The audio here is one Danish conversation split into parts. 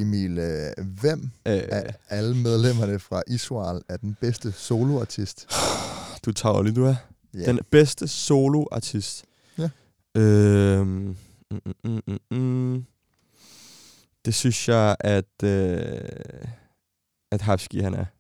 Emil, hvem af alle medlemmerne fra Israel er den bedste soloartist? Du er tavlig, du er. Yeah. Den bedste soloartist. Ja. Det synes jeg, at Hapski han er.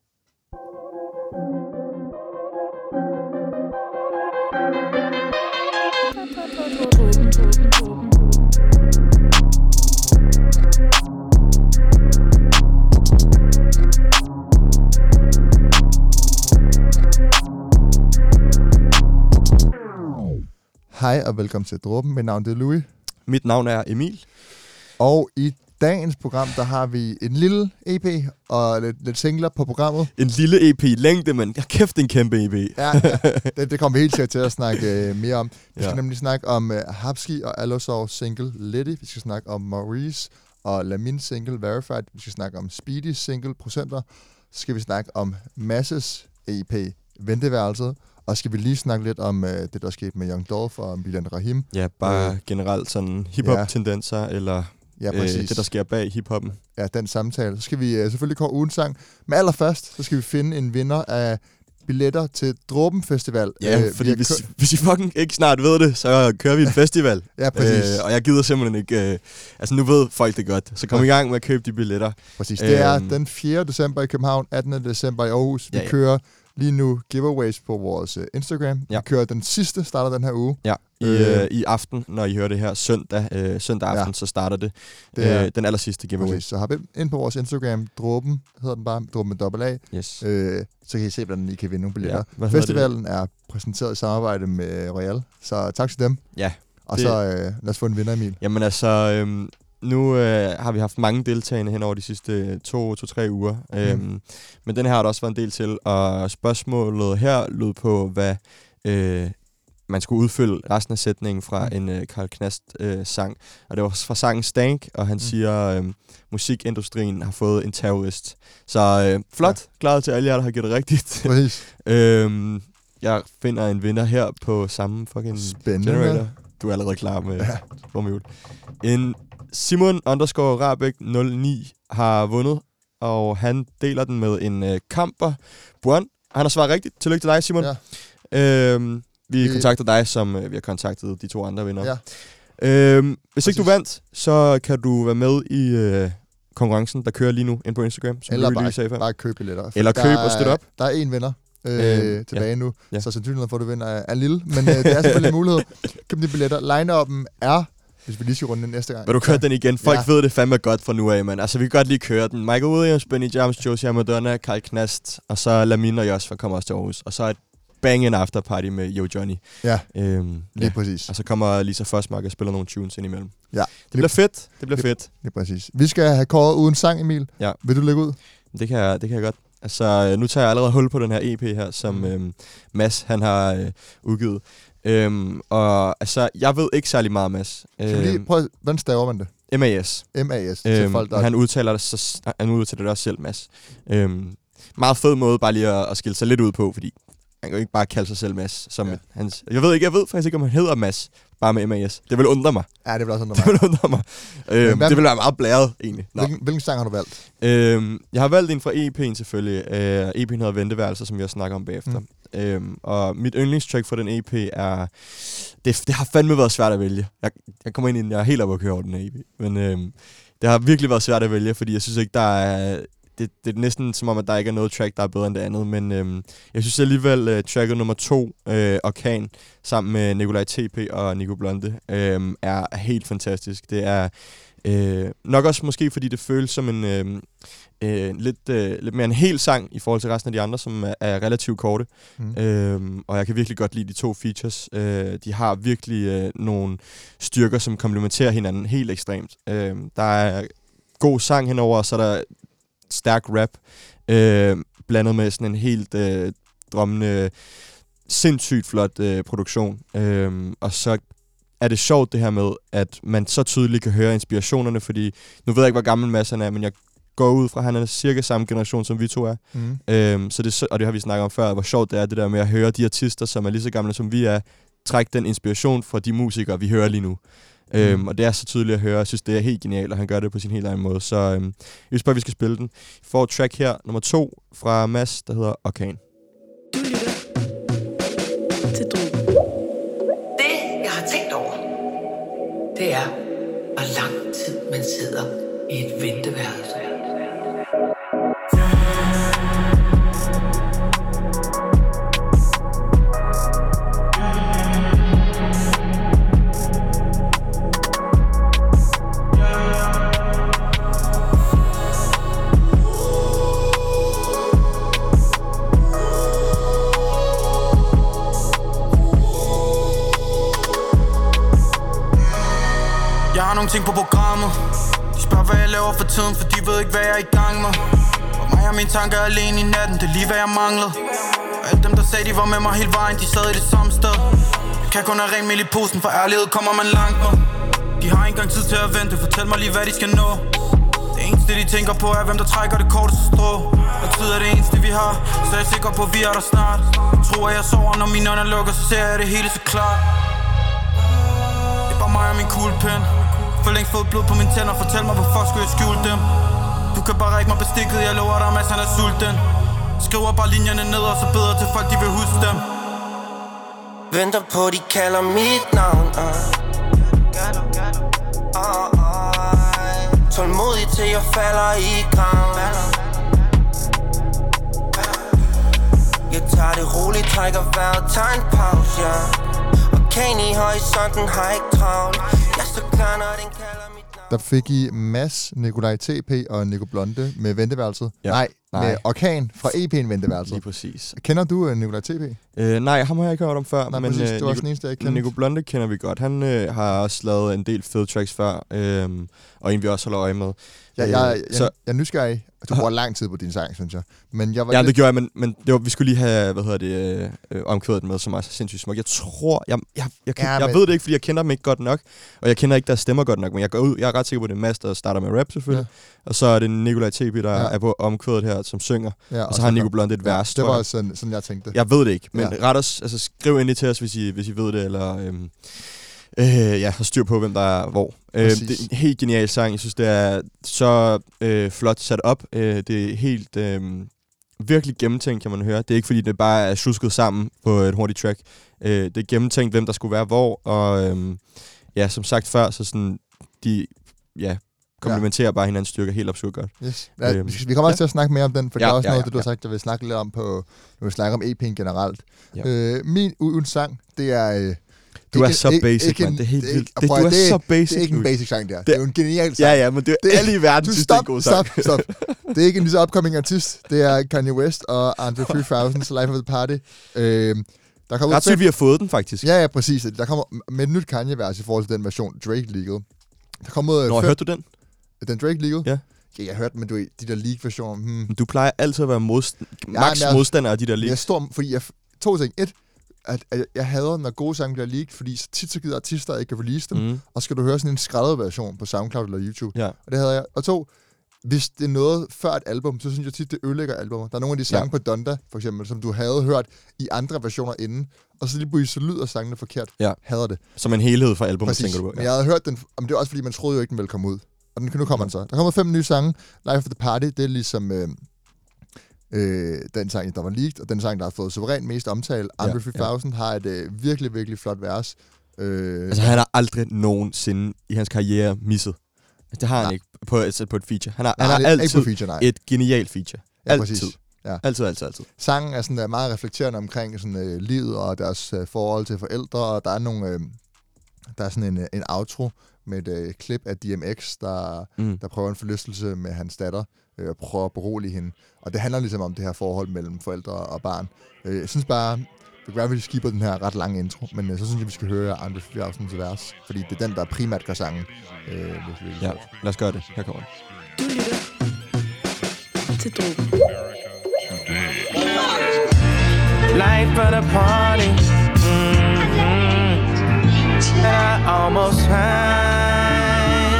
Hej og velkommen til Dråben. Mit navn er Louis. Mit navn er Emil. Og i dagens program, der har vi en lille EP og lidt singler på programmet. En lille EP i længde, men jeg kæft en kæmpe EP. Ja. Det kommer vi helt sikkert til at snakke mere om. Vi skal nemlig snakke om Hapski og Allosaur single Letty. Vi skal snakke om Maurice og Lamin single Verified. Vi skal snakke om Speedy single Procenter. Så skal vi snakke om Masses EP Venteværelset. Og skal vi lige snakke lidt om det, der skete med Young Dolph og Bilal Rahim. Ja, bare generelt sådan hip-hop-tendenser, eller det, der sker bag hip-hoppen. Ja, den samtale. Så skal vi selvfølgelig kåre ugens sang. Men allerførst, så skal vi finde en vinder af billetter til Dråben Festival. Ja, fordi hvis I fucking ikke snart ved det, så kører vi en festival. Ja, præcis. Og jeg gider simpelthen ikke... nu ved folk det godt, så kom i gang med at købe de billetter. Præcis. Det er den 4. december i København, 18. december i Aarhus. Vi kører lige nu giveaways på vores Instagram. Vi kører den sidste, starter den her uge. Ja, i aften, når I hører det her søndag aften, så starter det den aller sidste giveaway. Præcis. Så hop ind på vores Instagram, Dråben, hedder den bare, Dråben med dobbelt A. Yes. Så kan I se, hvordan I kan vinde nogle billetter. Ja, festivalen er præsenteret i samarbejde med Royal, så tak til dem. Ja. Og så lad os få en vinder, Emil. Jamen altså... Nu har vi haft mange deltagende hen over de sidste 2-3 uger. Men den her har der også været en del til, og spørgsmålet her lød på, hvad man skulle udfylde resten af sætningen fra en Carl Knast sang. Og det var fra sangen Stank, og han siger, musikindustrien har fået en terrorist. Så flot, glad til alle jer, der har gjort det rigtigt. Jeg finder en vinder her på samme fucking generator. Du er allerede klar med rumhjul. En Simon Rabeck 09 har vundet, og han deler den med en Kamper Buan. Han har svaret rigtigt. Tillykke til dig, Simon. Ja. Vi kontakter dig, som vi har kontaktet de to andre vinder. Ja. Hvis ikke du vandt, så kan du være med i konkurrencen, der kører lige nu ind på Instagram. Eller bare købe billetter. Eller køb og støtte op. Der er en vinder tilbage nu, så sandsynligheden for, at du vinder er lille, men det er selvfølgelig en mulighed. Køb de billetter. Line-up'en er... Hvis vi lige skal runde den næste gang. Vil du køre den igen? Folk ved det fandme godt fra nu af, mand. Altså, vi kan godt lige køre den. Michael Williams, Benny James, Josie Madonna, Carl Knast, og så Lamin og Josfa kommer også til Aarhus. Og så et bang afterparty med Yo Johnny. Ja, lige præcis. Og så kommer Lisa Forsmark og spiller nogle tunes ind imellem. Ja. Det bliver fedt. Det bliver fedt. Lige præcis. Vi skal have kåret uden sang, Emil. Ja. Vil du lægge ud? Det kan jeg godt. Altså, nu tager jeg allerede hul på den her EP her, som Mads, han har udgivet. Og altså, jeg ved ikke særlig meget om Mads. Prøv, hvordan staver man det? M.A.S. M.A.S. til folk, der... Han udtaler det også selv, Mads. Meget fed måde bare lige at skille sig lidt ud på, fordi han kan jo ikke bare kalde sig selv Mads. Hans, jeg ved faktisk ikke, om han hedder Mads, bare med M.A.S. Det vil undre mig. Ja, det vil også undre mig. Det vil være meget blæret, egentlig. Hvilken sang har du valgt? Jeg har valgt en fra EP'en selvfølgelig. EP'en hedder Venteværelser, som jeg snakker om bagefter. Og mit yndlingstrack for den EP er... Det har fandme været svært at vælge. Jeg kommer ind i den, jeg er helt oppe at køre over den her EP. Men det har virkelig været svært at vælge, fordi jeg synes ikke, der er... Det er næsten som om, at der ikke er noget track, der er bedre end det andet. Men jeg synes alligevel, tracket nummer 2, Orkan, sammen med Nikolaj TP og Nico Blonde, er helt fantastisk. Det er nok også måske, fordi det føles som en... lidt mere en hel sang i forhold til resten af de andre, som er relativt korte. Og jeg kan virkelig godt lide de to features. De har virkelig nogle styrker, som komplementerer hinanden helt ekstremt. Der er god sang henover, og så er der stærk rap, blandet med sådan en helt drømmende, sindssygt flot produktion. Og så er det sjovt det her med, at man så tydeligt kan høre inspirationerne, fordi nu ved jeg ikke, hvor gammel Mads han er, men jeg går ud fra, at han er cirka samme generation, som vi to er. Og det har vi snakket om før, hvor sjovt det er, det der med at høre de artister, som er lige så gamle, som vi er, trække den inspiration fra de musikere, vi hører lige nu. Og det er så tydeligt at høre. Jeg synes, det er helt genialt, og han gør det på sin helt egen måde. Så jeg synes bare, vi skal spille den. Vi får track her, nummer 2 fra Mads, der hedder Orkan. Du lytter til Drogen. Det, jeg har tænkt over, det er, hvor lang tid man sidder i et venteværelse. Jeg har nogle ting på programmet. De spørger hvad jeg laver for tiden, for de ved ikke hvad jeg er i gang med. Og mig og mine tanker er alene i natten, det er lige hvad jeg manglede. Og alle dem der sagde de var med mig hele vejen, de sad i det samme sted. Jeg kan kun have rent mel i posen, for ærlighed kommer man langt med. De har ikke engang tid til at vente, fortæl mig lige hvad de skal nå. Det eneste de tænker på er hvem der trækker det korteste strå. Og tid er det eneste vi har, så jeg er sikker på at vi er der snart. Jeg tror at jeg sover, når mine øjne lukker, så ser jeg det hele så klart. Det er bare mig og min kuglepen. For længst fået blod på mine tænder. Fortæl mig hvorfor skulle jeg skjule dem. Du kan bare række mig bestikket. Jeg lover dig masser af sulten. Skriver bare linjerne ned og så bedre til folk de vil huske dem. Venter på de kalder mit navn. Tålmodig til jeg falder i graven. Jeg tager det roligt, trækker vejret, tager en pause, ja. Orkan i horisonten har ikke travlt. Jeg så klar, når den kalder mit navn. Der fik I Mads, Nikolaj TP og Nico Blonde med Venteværelset. Ja. Nej, Nej, med Orkan fra EP'en Venteværelset. lige præcis. Kender du Nikolaj TP? Nej, ham har jeg ikke hørt om før. Nej, men præcis. Det var også den eneste, jeg kendte. Nico Blonde kender vi godt. Han har også lavet en del fede tracks før, og en vi også holder øje med. Jeg er nysgerrig. Du bruger lang tid på din sang, synes jeg. Men jeg var ja, det gjorde jeg, men det var, vi skulle lige have, omkvædet med, som er så sindssygt smuk. Jeg tror, jeg ved det ikke, fordi jeg kender dem ikke godt nok, og jeg kender ikke deres stemmer godt nok, men jeg er ret sikker på, at det er Mads, der starter med rap selvfølgelig, og så er det Nikolaj TP, der er på omkvædet her, som synger, og så har Nico Blonde et vers, det var også sådan, jeg tænkte. Jeg ved det ikke, men ret os, altså skriv endelig til os, hvis I ved det, eller har styr på, hvem der er hvor. Det er en helt genial sang. Jeg synes, det er så flot sat op. Det er helt virkelig gennemtænkt, kan man høre. Det er ikke, fordi det bare er slusket sammen på et hurtigt track. Det er gennemtænkt, hvem der skulle være hvor. Og som sagt før, så sådan, de komplementerer bare hinandens styrker helt absurd godt. Yes. Vi kommer også til at snakke mere om den, for det er også noget, du har sagt, jeg vil snakke lidt om på, når vi snakker om EP'en generelt. Ja. Min ugens sang, det er... Du er så basic, man. Det er helt vildt. Du er så basic. Det er ikke en basic sang, der. Det er jo en genial sang. Ja, men det er alle i verden, synes det er en god sang. Stop. Det er ikke en lige så upcoming artist. Det er Kanye West og Andre 3000's Life of the Party. Der kommer ret sygt, vi har fået den, faktisk. Ja, præcis. Der kommer med et nyt Kanye-vers i forhold til den version Drake Legal. Der kommer hørte du den? Den Drake Legal? Ja. Ja, jeg hørte, men de der leak-versioner... Du plejer altid at være modstander af de der leaks. Jeg står, fordi to ting. At jeg hader, når gode sange bliver leaked, fordi så tit så gider artister ikke kan release dem, og skal du høre sådan en skræddet version på SoundCloud eller YouTube. Ja. Og det havde jeg. Og to, hvis det er noget før et album, så synes jeg tit, det ødelægger albumer. Der er nogle af de sange på Donda, for eksempel, som du havde hørt i andre versioner inden, og så lige pludselig så lyder sangene forkert. Ja. Hader det. Som en helhed for albumet, tænker du på. Ja. Men jeg havde hørt den, men det var også fordi, man troede jo ikke, den ville komme ud. Og nu kommer den så. Der kommer 5 nye sange. Life of the Party, det er ligesom... den sang, der var leaked, og den sang, der har fået suverænt mest omtale. Andre 3000 har et virkelig, virkelig flot vers. Altså, han har aldrig nogensinde i hans karriere misset. Det har han ikke på et feature. Han har altid feature, et genialt feature. Ja, altid. Ja. Altid. Sangen er sådan meget reflekterende omkring sådan, livet og deres forhold til forældre, og der er nogle... der er sådan en outro med et klip af DMX, der prøver en forlystelse med hans datter, og prøver at berolige hende. Og det handler ligesom om det her forhold mellem forældre og barn. Jeg synes bare, det kan være, at vi skipper den her ret lange intro, men så synes jeg, vi skal høre Andre 3000's vers, fordi det er den, der primært gør sangen. Ja, lad os gøre det. Her kommer den. Du lytter til Drogen. Life of the party. And I almost high.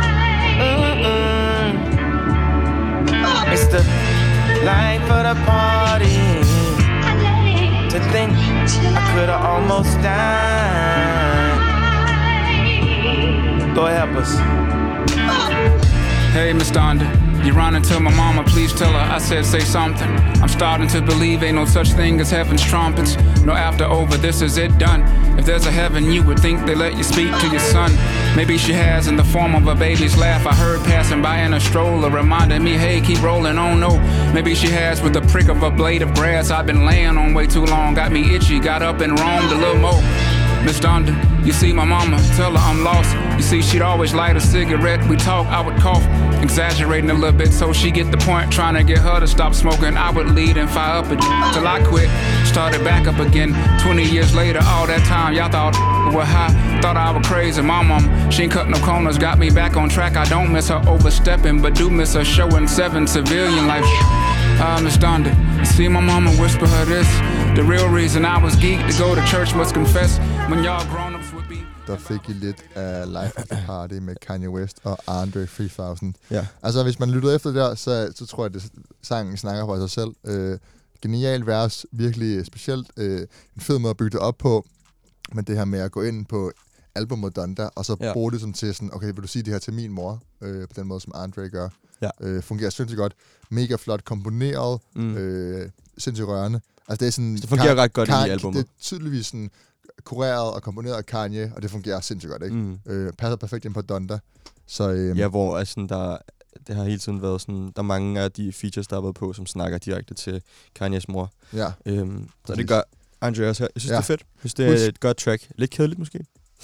It's the life of the party. To think I could've almost died. Lord help us. Hey, Miss Donda, you run and tell my mama, please tell her I said say something. I'm starting to believe ain't no such thing as heaven's trumpets. No after over, this is it done. If there's a heaven, you would think they let you speak to your son. Maybe she has in the form of a baby's laugh I heard passing by in a stroller, reminding me, hey, keep rolling, oh no. Maybe she has with the prick of a blade of grass I've been laying on way too long. Got me itchy, got up and roamed a little more. Miss Donda, you see my mama, tell her I'm lost. You see, she'd always light a cigarette. We talk, I would cough, exaggerating a little bit so she get the point. Trying to get her to stop smoking, I would lead and fire up till I quit. Started back up again, 20 years later. All that time, y'all thought were high, thought I was crazy. My mom, she ain't cut no corners, got me back on track. I don't miss her overstepping, but do miss her showing 7 civilian life. Miss Donda, you see my mama whisper her this. The real reason I was geeked to go to church must confess. When y'all grown-ups would be... Der fik I lidt af Life at the Party med Kanye West og Andre 3000. Ja. Altså, hvis man lyttede efter der, så tror jeg, at sangen snakker for sig selv. Genial vers, virkelig specielt. En fed måde at bygge det op på. Men det her med at gå ind på albumet Donda, og så bruge det sådan til sådan, okay, vil du sige det her til min mor? På den måde, som Andre gør. Ja. Fungerer sindssygt godt. Mega flot komponeret. Sindssygt rørende. Altså, det er sådan... Det fungerer ret godt i albumet. Det er tydeligvis sådan kureret og komponeret af Kanye, og det fungerer sindssygt godt, ikke? Passer perfekt ind på Donda. Så, ja, hvor altså, det har hele tiden været sådan, der er mange af de features, der har været på, som snakker direkte til Kanyes mor. Ja. Så det gør Andre også her. Jeg synes, det er fedt. Jeg synes, det er et godt track. Lidt kedeligt måske.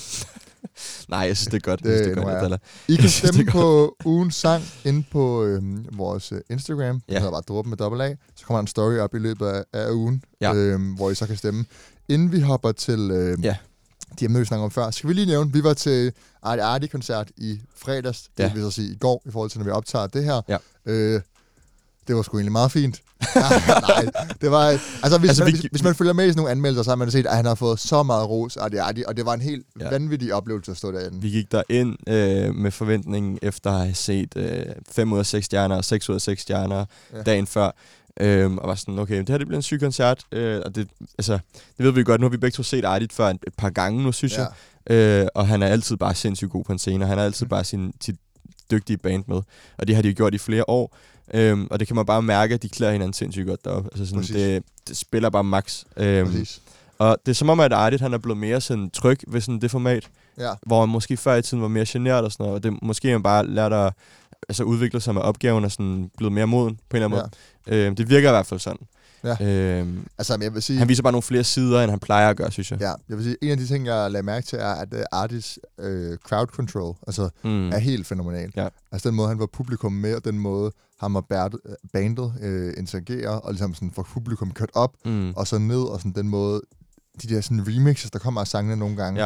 Nej, jeg synes, det er godt. I kan stemme på ugens sang inde på vores Instagram. Det hedder bare Dråben med dobbelt A. Så kommer der en story op i løbet af ugen, hvor I så kan stemme. Inden vi hopper til de emner, vi snakker om før, skal vi lige nævne, vi var til Artie-koncert i fredags. Det vil så sige i går, i forhold til, når vi optager det her. Ja. Det var sgu egentlig meget fint. Nej, det var... Altså, hvis man følger med i sådan nogle anmeldelser, så har man set, at han har fået så meget ros, og det var en helt vanvittig oplevelse at stå derinde. Vi gik derind med forventningen efter at have set 5 ud af 6 stjerner og 6 ud af 6 stjerner dagen før. Og var sådan, okay, det her det bliver en syg koncert. Og det ved vi godt. Nu har vi begge to set Artie før et par gange nu, synes jeg. Og han er altid bare sindssygt god på en scene, og han er altid bare sit dygtige band med. Og det har de jo gjort i flere år. Og det kan man bare mærke, at de klæder hinanden sindssygt godt deroppe. Altså sådan, det spiller bare max. Og det er som om, at Artie, han er blevet mere sådan tryg ved sådan det format. Ja. Hvor han måske før i tiden var mere generet og sådan noget. Og det måske han bare lært at udvikle sig med opgaven og sådan blevet mere moden på en eller anden måde. Det virker i hvert fald sådan. Ja. Altså, jeg vil sige, han viser bare nogle flere sider, end han plejer at gøre, synes jeg. Ja, jeg vil sige, en af de ting, jeg lagde mærke til, er, at Arties crowd control er helt fænomenal. Ja. Altså den måde, han var publikum med, og den måde, han og bandet interagerer, og ligesom sådan får publikum kørt op, og så ned, og sådan den måde, de der sådan remixes, der kommer af sangene nogle gange,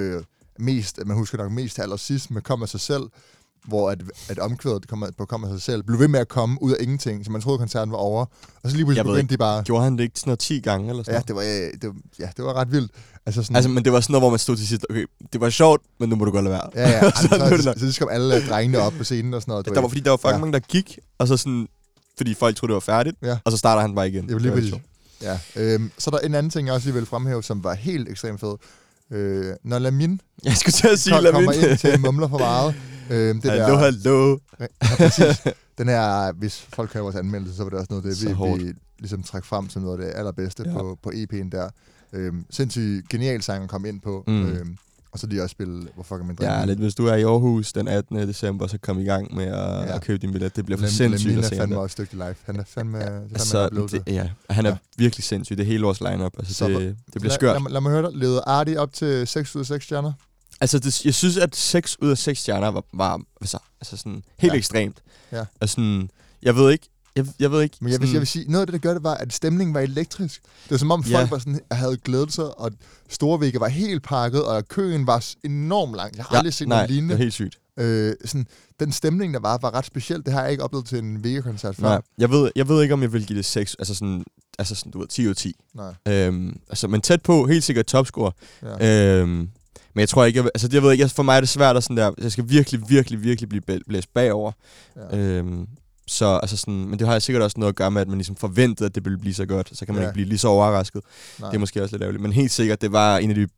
man husker nok mest til allersidst, men kommer af sig selv, hvor at omkvædet kommer af sig selv, blev ved med at komme ud af ingenting, så man troede, koncerten var over. Og så lige pludselig begyndte de bare... Gjorde han det ikke sådan noget 10 gange eller sådan noget? Det var ret vildt. Altså, men det var sådan noget, hvor man stod til sidst, okay, det var sjovt, men nu må du godt lade være. Ja. Så kom alle drengene op på scenen og sådan noget. Der var, fordi der var fucking mange, der gik, og så sådan, fordi folk troede, det var færdigt, og så starter han bare igen. Det var lige præcis. Ja. Så der er en anden ting, jeg også lige vil fremhæve, som var helt ekstremt fed. Når Lamin kommer ind til Mumler for meget. Hallo. Ja, præcis. Den her, hvis folk hører vores anmeldelse, så var det også noget, det vi ligesom trække frem som noget af det allerbedste på EP'en der. Sindssygt genial sang at komme ind på. Og så lige også spille, hvor fuck er min dreng? Ja, lidt hvis du er i Aarhus den 18. december, så kom i gang med at købe din billet. Det bliver for sindssygt at se. Lamin er fandme også dygtig live. Han er fandme oplevelse. Han er virkelig sindssygt. Det er hele vores line-up. Altså, det bliver skørt. Lad mig høre dig. Leder Artie op til 6 ud af 6 stjerner? Altså, jeg synes, at 6 ud af 6 stjerner var altså sådan helt ekstremt. Ja. Altså, jeg ved ikke. Men jeg vil sige, noget af det, der gør det, var, at stemningen var elektrisk. Det var som om folk var sådan, havde glædet sig, og Storvægge var helt pakket, og køen var enormt lang. Jeg har aldrig set noget lignende. Det er helt sygt. Sådan, den stemning, der var ret speciel. Det har jeg ikke oplevet til en Vega-koncert før. Nej, jeg ved ikke, om jeg vil give det 6, altså sådan du ved, 10 ud af 10. Nej. Men tæt på, helt sikkert topscore. Ja. Men jeg tror ikke, jeg ved ikke, for mig er det svært at sådan der, jeg skal virkelig blive blæst bagover. Ja. Så altså sådan, men det har sikkert også noget at gøre med, at man ligesom forventede, at det ville blive så godt, så kan man ikke blive lige så overrasket. Nej. Det er måske også lidt ærgerligt, men helt sikkert, det var en af de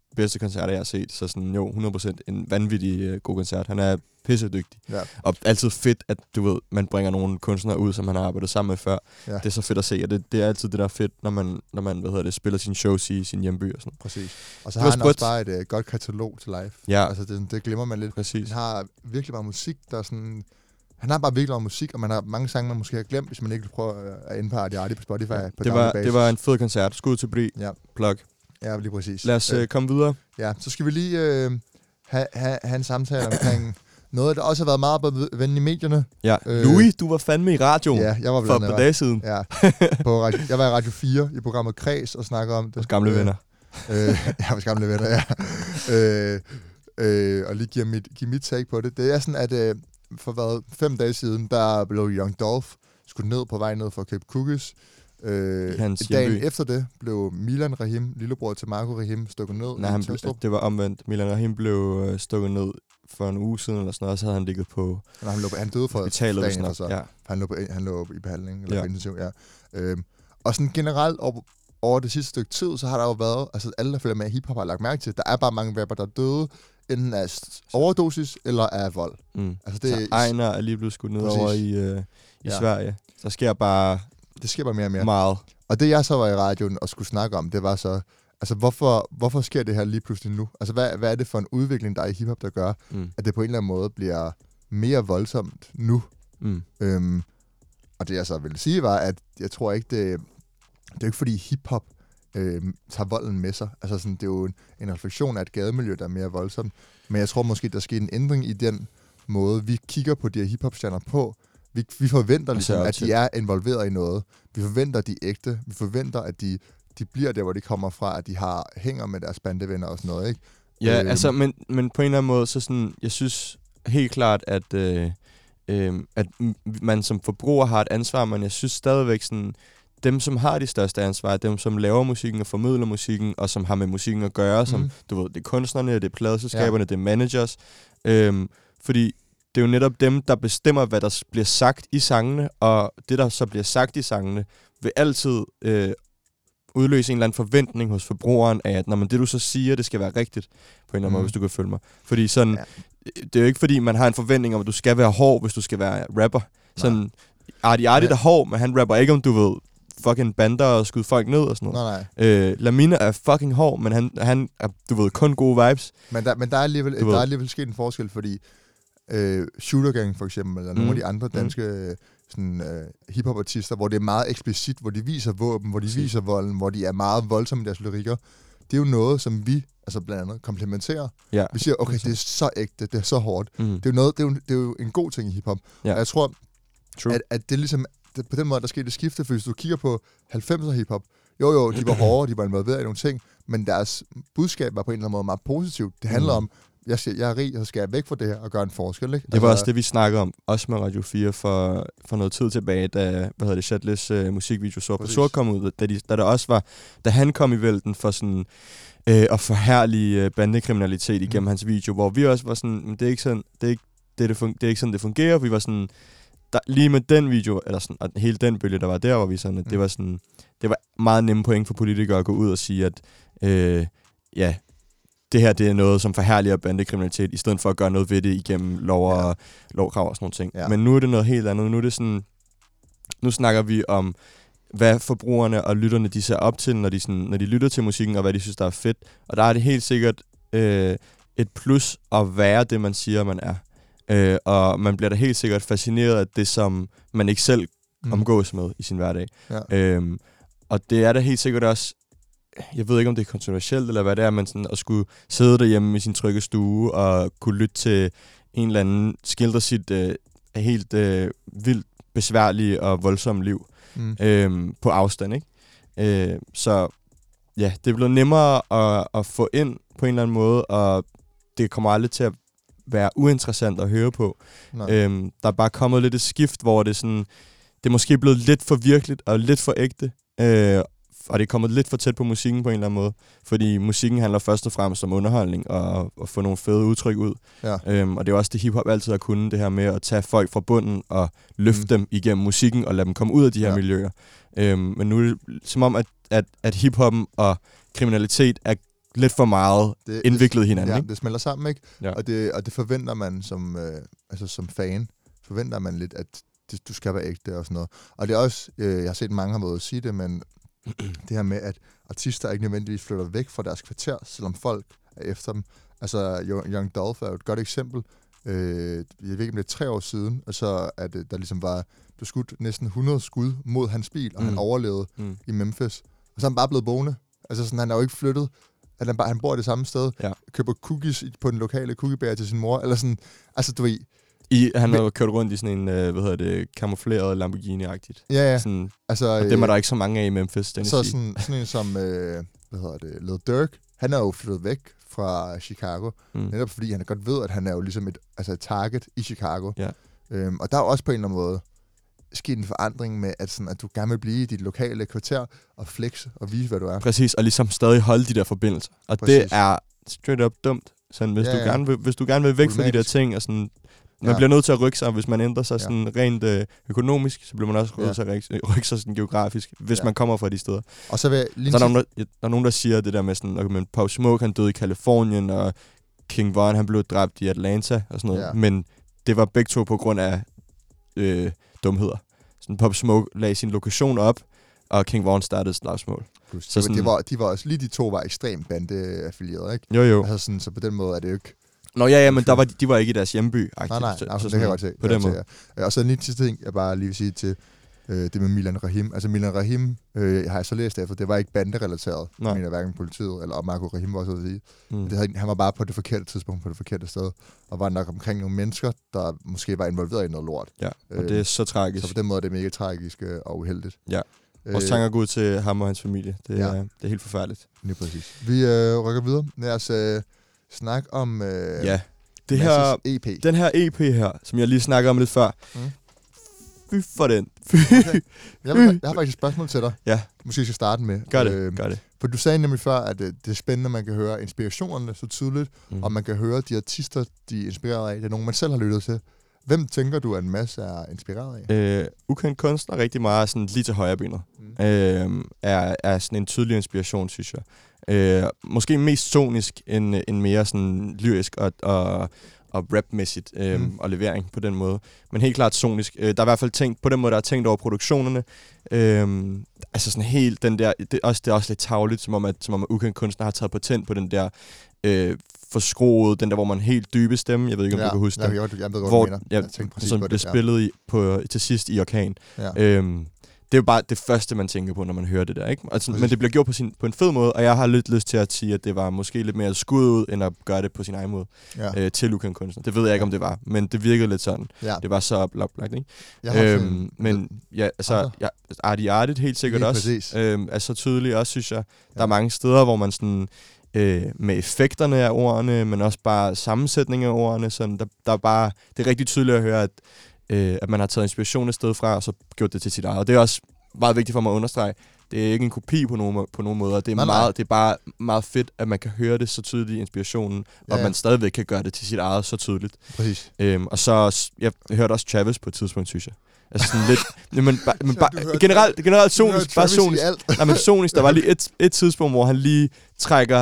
bedste koncerter, jeg har set. Så sådan, jo, 100% en vanvittig god koncert. Han er pissedygtig. Ja. Og altid fedt, at du ved, man bringer nogle kunstnere ud, som han har arbejdet sammen med før. Ja. Det er så fedt at se, og det er altid det, der er fedt, når man spiller sine shows i sin hjemby og sådan. Præcis. Og så har han også bare et godt katalog til live. Ja. Altså det glemmer man lidt. Præcis. Han har virkelig meget musik, der er sådan... Han har bare virkelig meget musik, og man har mange sange, man måske har glemt, hvis man ikke vil prøve at inde på Arti på Spotify. Ja. På det var en fed koncert. Skud til Bri. Ja. Plug. Ja, lige præcis. Lad os komme videre. Ja, så skal vi lige have en samtale omkring noget, der også har været meget på ven i medierne. Ja, Louis, du var fandme i radioen. Ja, jeg var blandt for et par dage siden. Ja, jeg var i Radio 4 i programmet Kreds og snakkede om det. Vores gamle venner. Ja, vores gamle venner, ja. Og lige give mit take på det. Det er sådan, at for 5 dage siden, der blev Young Dolph skudt ned på vej ned for Cape Cookies. Dagen efter det blev Milan Rahim, lillebror til Marco Rahim, stukket ned. Nej, det var omvendt. Milan Rahim blev stukket ned for en uge siden, eller sådan noget, og så havde han ligget på... Han døde for hospitalet og sådan noget. Ja. Han lå i behandling, eller på intensiv, ja. Og sådan generelt over det sidste stykke tid, så har der jo været... Altså alle, der følger med hiphop, har lagt mærke til, der er bare mange rapper, der er døde, enten af overdosis eller af vold. Altså det så Ejner er lige blevet skudt ned over i Sverige. Der sker bare... Det sker bare mere og mere. Meget. Og det jeg så var i radioen og skulle snakke om, det var så... Altså hvorfor sker det her lige pludselig nu? Altså hvad er det for en udvikling, der er i hiphop, der gør, at det på en eller anden måde bliver mere voldsomt nu? Og det jeg så ville sige var, at jeg tror ikke, det er jo ikke fordi hiphop tager volden med sig. Altså sådan, det er jo en refleksion af et gademiljø, der er mere voldsomt. Men jeg tror måske, der sker en ændring i den måde, vi kigger på de her hiphop-stjerner på. Vi forventer ligesom, at de er involveret i noget. Vi forventer, at de er ægte. Vi forventer, at de bliver der, hvor de kommer fra, at de hænger med deres bandevenner og sådan noget, ikke? Ja, altså, men på en eller anden måde, så sådan, jeg synes helt klart, at man som forbruger har et ansvar, men jeg synes stadigvæk sådan, dem, som har de største ansvar, dem, som laver musikken og formidler musikken, og som har med musikken at gøre, som, du ved, det er kunstnerne, det er pladeselskaberne, det er managers, fordi det er jo netop dem, der bestemmer, hvad der bliver sagt i sangene, og det, der så bliver sagt i sangene, vil altid udløse en eller anden forventning hos forbrugeren af, at når man det, du så siger, det skal være rigtigt, på en eller anden måde, hvis du kan følge mig. Fordi sådan, det er jo ikke fordi, man har en forventning om, at du skal være hård, hvis du skal være rapper. Sådan, Arti er hård, men han rapper ikke om, du ved, fucking bander og skyde folk ned og sådan noget. Nej. Lamine er fucking hård, men han er, du ved, kun gode vibes. Men der er alligevel sket en forskel, fordi Shooter Gang for eksempel, eller nogle af de andre danske hiphop-artister, hvor det er meget eksplicit, hvor de viser våben, hvor de viser volden, hvor de er meget voldsomme i deres lyrikker. Det er jo noget, som vi, altså blandt andet, komplementerer. Ja. Vi siger, okay, det er så ægte, det er så hårdt. Det er jo en god ting i hiphop. Ja. Og jeg tror, at det ligesom, på den måde, der skete det skifte, for hvis du kigger på 90'er hiphop, jo, de var hårde, de var involveret i nogle ting, men deres budskab var på en eller anden måde meget positivt. Det handler om, jeg er rig, så skal jeg væk fra det her og gøre en forskel, ikke? Det var også det, vi snakkede om, også med Radio 4 for noget tid tilbage, da Shadless musikvideo Sort på Sort kom ud, da der også var, da han kom i vælten for sådan at forherlige bandekriminalitet igennem hans video, hvor vi også var sådan, det er ikke sådan, det er ikke sådan, det fungerer. Vi var sådan, lige med den video, eller sådan, og hele den bølge, der var der, hvor vi sådan, det var sådan, det var meget nemme point for politikere at gå ud og sige, at det her, det er noget, som forherliger bandekriminalitet, i stedet for at gøre noget ved det igennem lov og lovkrav og sådan nogle ting. Ja. Men nu er det noget helt andet. Nu er det sådan, nu snakker vi om, hvad forbrugerne og lytterne, de ser op til, når de lytter til musikken, og hvad de synes, der er fedt. Og der er det helt sikkert et plus at være det, man siger, man er. Og man bliver da helt sikkert fascineret af det, som man ikke selv omgås med i sin hverdag. Ja. Og det er da helt sikkert også, jeg ved ikke, om det er kontroversielt, eller hvad det er, men sådan at skulle sidde derhjemme i sin trygge stue og kunne lytte til en eller anden skildre sit helt vildt besværlige og voldsomme liv på afstand, ikke? Så ja, det er blevet nemmere at få ind på en eller anden måde, og det kommer aldrig til at være uinteressant at høre på. Der er bare kommet lidt et skift, hvor det sådan, det er måske blevet lidt for virkeligt og lidt for ægte, og det er kommet lidt for tæt på musikken på en eller anden måde, fordi musikken handler først og fremmest om underholdning og at få nogle fede udtryk ud. Ja. Og det er også det, hiphop altid har kunnet, det her med at tage folk fra bunden og løfte dem igennem musikken og lade dem komme ud af de her miljøer. Men nu er det som om, at hiphoppen og kriminalitet er lidt for meget indviklet i hinanden, ja, ikke? det smelter sammen, ikke? Ja. Og det forventer man som fan, forventer man lidt, at du skal være ægte og sådan noget. Og det er også, jeg har set mange har måder at sige det, men det her med, at artister ikke nødvendigvis flytter væk fra deres kvarter, selvom folk er efter dem. Altså, Young Dolph er jo et godt eksempel. Jeg ved ikke, om det er 3 år siden, og så at der ligesom var beskudt næsten 100 skud mod hans bil, og han overlevede i Memphis. Og så er han bare blevet boende. Altså, sådan, han er jo ikke flyttet. Han bor det samme sted, køber cookies på den lokale cookiebager til sin mor, eller sådan, altså du ved... Han har jo kørt rundt i sådan en, camoufleret Lamborghini-agtigt. Ja. Sådan, altså, og dem er der ikke så mange af i Memphis, så sådan en som, Lil Durk, han er jo flyttet væk fra Chicago, netop fordi han godt ved, at han er jo ligesom et target i Chicago. Ja. Og der er jo også på en eller anden måde sket en forandring med, at du gerne vil blive i dit lokale kvarter og flexe og vise, hvad du er. Præcis, og ligesom stadig holde de der forbindelser. Og præcis. Det er straight up dumt. Sådan, hvis du gerne vil væk fra de der ting, og sådan, man bliver nødt til at rykke sig, hvis man ændrer sig sådan rent økonomisk, så bliver man også nødt til at rykke sig sådan geografisk, hvis man kommer fra de steder. Og så vil jeg der er nogen, der siger det der med sådan, okay, men Pop Smoke, han døde i Californien, og King Von, han blev dræbt i Atlanta og sådan noget. Ja. Men det var begge to på grund af dumheder. Sådan, Pop Smoke lagde sin lokation op, og King Von startede slagsmål. Så sådan, de var også lige de to var ekstremt bandeaffilieret, ikke? Jo. Altså sådan, så på den måde er det jo ikke... Nå ja, men de var ikke i deres hjemby. Nej, det kan jeg godt se. På den måde. Og så en lige sidste ting, jeg bare lige vil sige til det med Milan Rahim. Altså Milan Rahim har jeg så læst efter, det var ikke banderelateret. Jeg mener hverken politiet eller Marco Rahim var også at sige. Han var bare på det forkerte tidspunkt, på det forkerte sted. Og var nok omkring nogle mennesker, der måske var involveret i noget lort. Ja, og det er så tragisk. Så på den måde er det mega tragisk og uheldigt. Ja. Vores tanker går ud til ham og hans familie. Det er helt forfærdeligt. Lige præcis. Vi rykker videre. Lad os snakke om det her EP. Den her EP her, som jeg lige snakkede om lidt før. Fy for den. Okay. Jeg har faktisk et spørgsmål til dig. Ja. Måske skal starte med. Gør det. For du sagde nemlig før, at det er spændende, at man kan høre inspirationerne så tydeligt, og man kan høre de artister, de er inspireret af. Det er nogen, man selv har lyttet til. Hvem tænker du, at en masse er inspireret af? Ukendt kunstner rigtig meget sådan lige til højrebenet. Er sådan en tydelig inspiration, synes jeg. Måske mest sonisk end mere sådan lyrisk og rapmæssigt og levering på den måde. Men helt klart sonisk. Der er i hvert fald tænkt på den måde, der er tænkt over produktionerne. Altså sådan helt den der... Det er også lidt tarveligt, som om at ukendt kunstner har taget patent på den der... forskroet, den der, hvor man helt dybe stemme, jeg ved ikke, om du kan huske det. Jeg ved godt, hvad du mener. Som blev spillet til sidst i Orkan. Ja. Det er jo bare det første, man tænker på, når man hører det der, ikke? Altså, men det bliver gjort på en fed måde, og jeg har lidt lyst til at sige, at det var måske lidt mere skud ud, end at gøre det på sin egen måde til ukendt kunstner. Det ved jeg ikke, om det var, men det virkede lidt sådan. Ja. Det var så oplagt, ikke? Men ja, altså, Artigt helt sikkert også. Er så tydeligt også, synes jeg. Der er mange steder, hvor man sådan... med effekterne af ordene, men også bare sammensætning af ordene. Sådan, der er bare, det er rigtig tydeligt at høre, at man har taget inspiration et sted fra, og så gjort det til sit eget. Og det er også meget vigtigt for mig at understrege. Det er ikke en kopi på nogen måder. Det er bare meget fedt, at man kan høre det så tydeligt i inspirationen, og man stadigvæk kan gøre det til sit eget så tydeligt. Præcis. Og så, jeg hørte også Travis på et tidspunkt, synes jeg. Altså sådan lidt, generelt sonisk, bare sonisk. Nej, men sonisk, der var lige et tidspunkt, hvor han lige trækker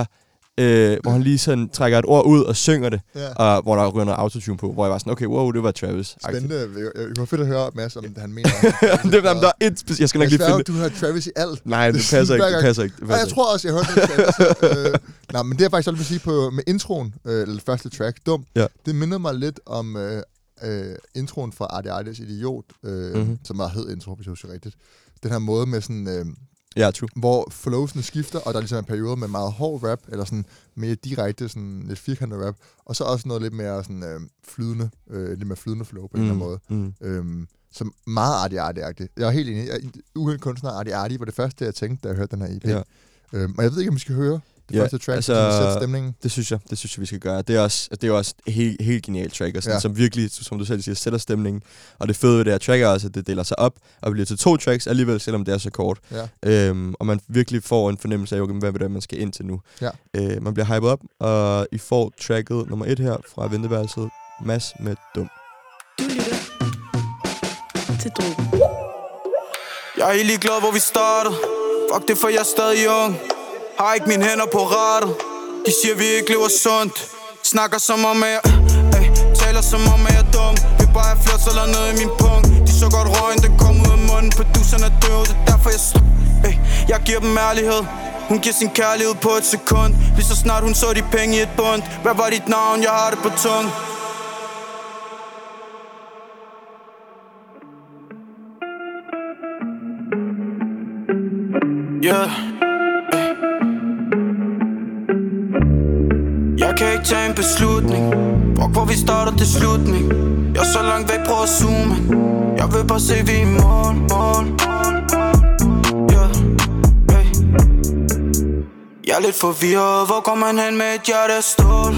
sådan trækker et ord ud og synger det, og hvor der ryger noget autotune på, hvor jeg var sådan, okay, wow, det var Travis. Spændende. Det var fedt at høre, Mads, om det han mener. Der er jeg skal nok lige finde det. Du har Travis i alt. Nej, det passer ikke. Jeg tror også, jeg hørte det. Nej, men det er faktisk, jeg vil sige, med introen, eller første track, Dum, det minder mig lidt om introen fra Artis Idiot, som var hed intro, hvis jeg husker rigtigt. Den her måde med sådan... hvor flowsene skifter, og der er ligesom en periode med meget hård rap, eller sådan mere direkte, sådan lidt firkantet rap, og så også noget lidt mere sådan flydende, lidt mere flydende flow på en eller anden måde. Som meget arty-agtigt. Jeg er helt enig. Ukendt kunstner Arty var det første, jeg tænkte, da jeg hørte den her EP. Ja. Og jeg ved ikke, om vi skal høre det første track, altså, som sætter stemningen. Det synes jeg, vi skal gøre. Det er også et helt genialt track, og sådan, som virkelig, som du selv siger, sætter stemningen. Og det fede ved det her track er også, at det deler sig op, og bliver til 2 tracks alligevel, selvom det er så kort. Ja. Og man virkelig får en fornemmelse af, hvad det er, man skal ind til nu. Ja. Man bliver hypet op, og I får tracket nummer 1 her fra Venteværelset, Mads med Dum. Du lytter til Drogen. Jeg er helt glad, hvor vi startede. Fuck det, for jeg er stadig ung. Har ikke mine hænder på rattet. De siger vi ikke lever sundt. Snakker som om jeg taler som om jeg er dum. Vi bare har flertaler nede i min punkt. De så godt røgen, den kom ud af munden. Produceren er død, det er derfor jeg giver dem ærlighed. Hun giver sin kærlighed på et sekund. Lige så snart hun så de penge i et bund. Hvad var dit navn? Jeg har det på tung. Yeah. Jeg kan ikke tage en beslutning. Hvor vi starter til slutning. Jeg er så langt væk, prøv at zoome. Jeg vil bare se, vi er i mål. Yeah. Hey. Jeg er lidt forvirret. Hvor går man hen med et hjerte af stål?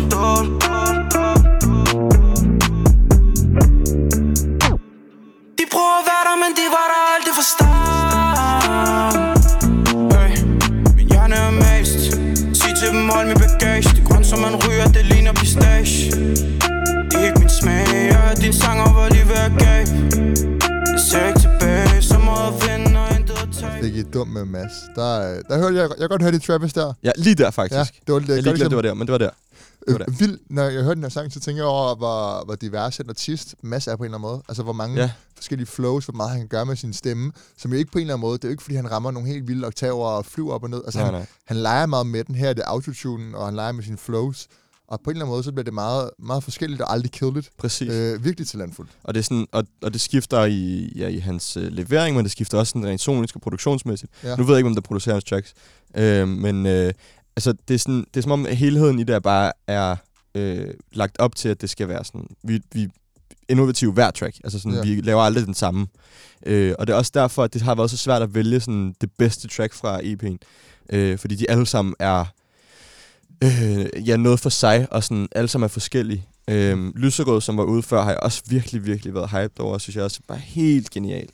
De prøver at være der, men de var der aldrig fra start. Hey. Min hjerne er mast. Sig til dem, hold min bagage. Det grønt som man ryger, det ligner pistache. Det er ikke min smag. Jeg hørte din sang og var lige ved at gabe. Jeg ser ikke tilbage, så må jeg vinde og intet at tage. Det gik dumt med Mads. Der hørte jeg godt hørte de Travis der. Ja, lige der faktisk. Ja, det var, jeg lige glemte, det var der, men det var der. Vildt, når jeg hørte den her sang, så tænker jeg over, hvor divers en artist Mads er på en eller anden måde. Altså, hvor mange forskellige flows, hvor meget han kan gøre med sin stemme, som jo ikke på en eller anden måde, det er jo ikke, fordi han rammer nogle helt vilde oktaver og flyver op og ned. Altså, han leger meget med den. Her er det autotunen, og han leger med sine flows. Og på en eller anden måde, så bliver det meget, meget forskelligt og aldrig kedeligt. Præcis. Virkelig talentfuldt. Og det er sådan, og det skifter i hans levering, men det skifter også sådan rent sonisk og produktionsmæssigt. Ja. Nu ved jeg ikke, om der producerer hans tracks. Men altså, det er som om helheden i det bare er lagt op til, at det skal være sådan, vi innovative hver track. Altså sådan, vi laver aldrig den samme. Og det er også derfor, at det har været så svært at vælge sådan det bedste track fra EP'en. Fordi de alle sammen er noget for sig, og sådan, alle sammen er forskellige. Lyserød, som var ude før, har jeg også virkelig, virkelig været hyped over, synes jeg også var helt genial.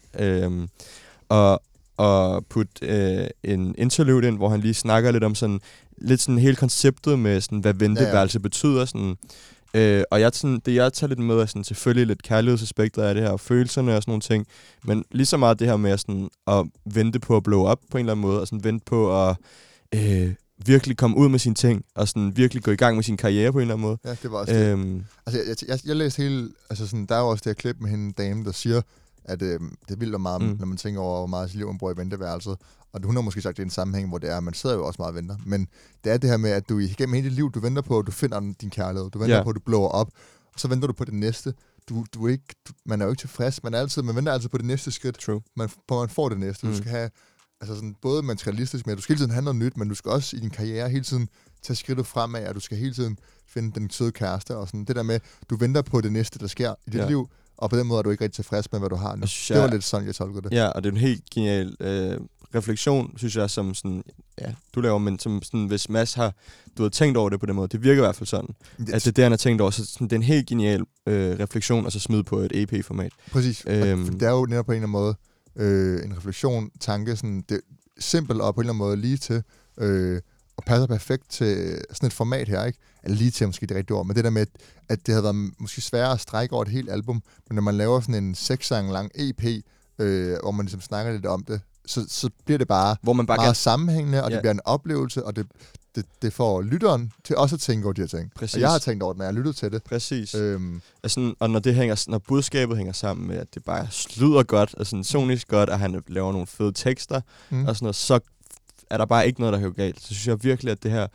Og putte en interlude ind, hvor han lige snakker lidt om sådan, lidt sådan hele konceptet med sådan, hvad venteværelse betyder. Sådan. Og jeg tager lidt med, er sådan, selvfølgelig lidt kærlighedsaspekter af det her, og følelserne og sådan nogle ting, men lige så meget det her med sådan, at vente på at blow up på en eller anden måde, og sådan vente på at virkelig komme ud med sine ting, og sådan virkelig gå i gang med sin karriere på en eller anden måde. Ja, det var også det. Altså, jeg læste hele, altså sådan, der er jo også det her klip med hende dame, der siger, at det er vildt meget, når man tænker over, hvor meget sit liv man bruger i venteværelset. Og hun har måske sagt, det er en sammenhæng, hvor det er, man sidder jo også meget og venter. Men det er det her med, at du igennem hele dit liv, du venter på, at du finder din kærlighed. Du venter på, at du blower op. Og så venter du på det næste. Man er jo ikke tilfreds. Man venter altid på det næste skridt. True. Man får det næste. Du skal have, altså sådan, både materialistisk, men du skal hele tiden have noget nyt, men du skal også i din karriere hele tiden tage skridtet fremad, og du skal hele tiden finde den søde kæreste. Og sådan det der med, du venter på det næste, der sker i dit liv. Og på den måde er du ikke rigtig tilfreds med, hvad du har nu. Det var lidt sådan, jeg tolkede det. Ja, og det er en helt genial refleksion, synes jeg, som sådan, du laver, men som sådan, hvis Mads har, tænkt over det på den måde, det virker i hvert fald sådan, at det er det, han har tænkt over, så sådan, det er en helt genial refleksion, og så smide på et EP-format. Præcis, det er jo netop på en eller anden måde en refleksion, tanke, sådan, det er simpelt og på en eller anden måde lige til, og passer perfekt til sådan et format her, ikke? Eller lige til måske det rigtige ord, men det der med, at det havde været måske sværere at strække over et helt album, men når man laver sådan en 6-sang lang EP, hvor man ligesom snakker lidt om det, så bliver det bare, hvor man bare meget sammenhængende, og det bliver en oplevelse, og det får lytteren til også at tænke over de her ting. Præcis. Og jeg har tænkt over det, når jeg har lyttet til det. Præcis. Altså, og når budskabet hænger sammen med, at det bare lyder godt, og sådan sonisk godt, og han laver nogle fede tekster, og sådan noget, så er der bare ikke noget, der er galt. Så synes jeg virkelig, at det her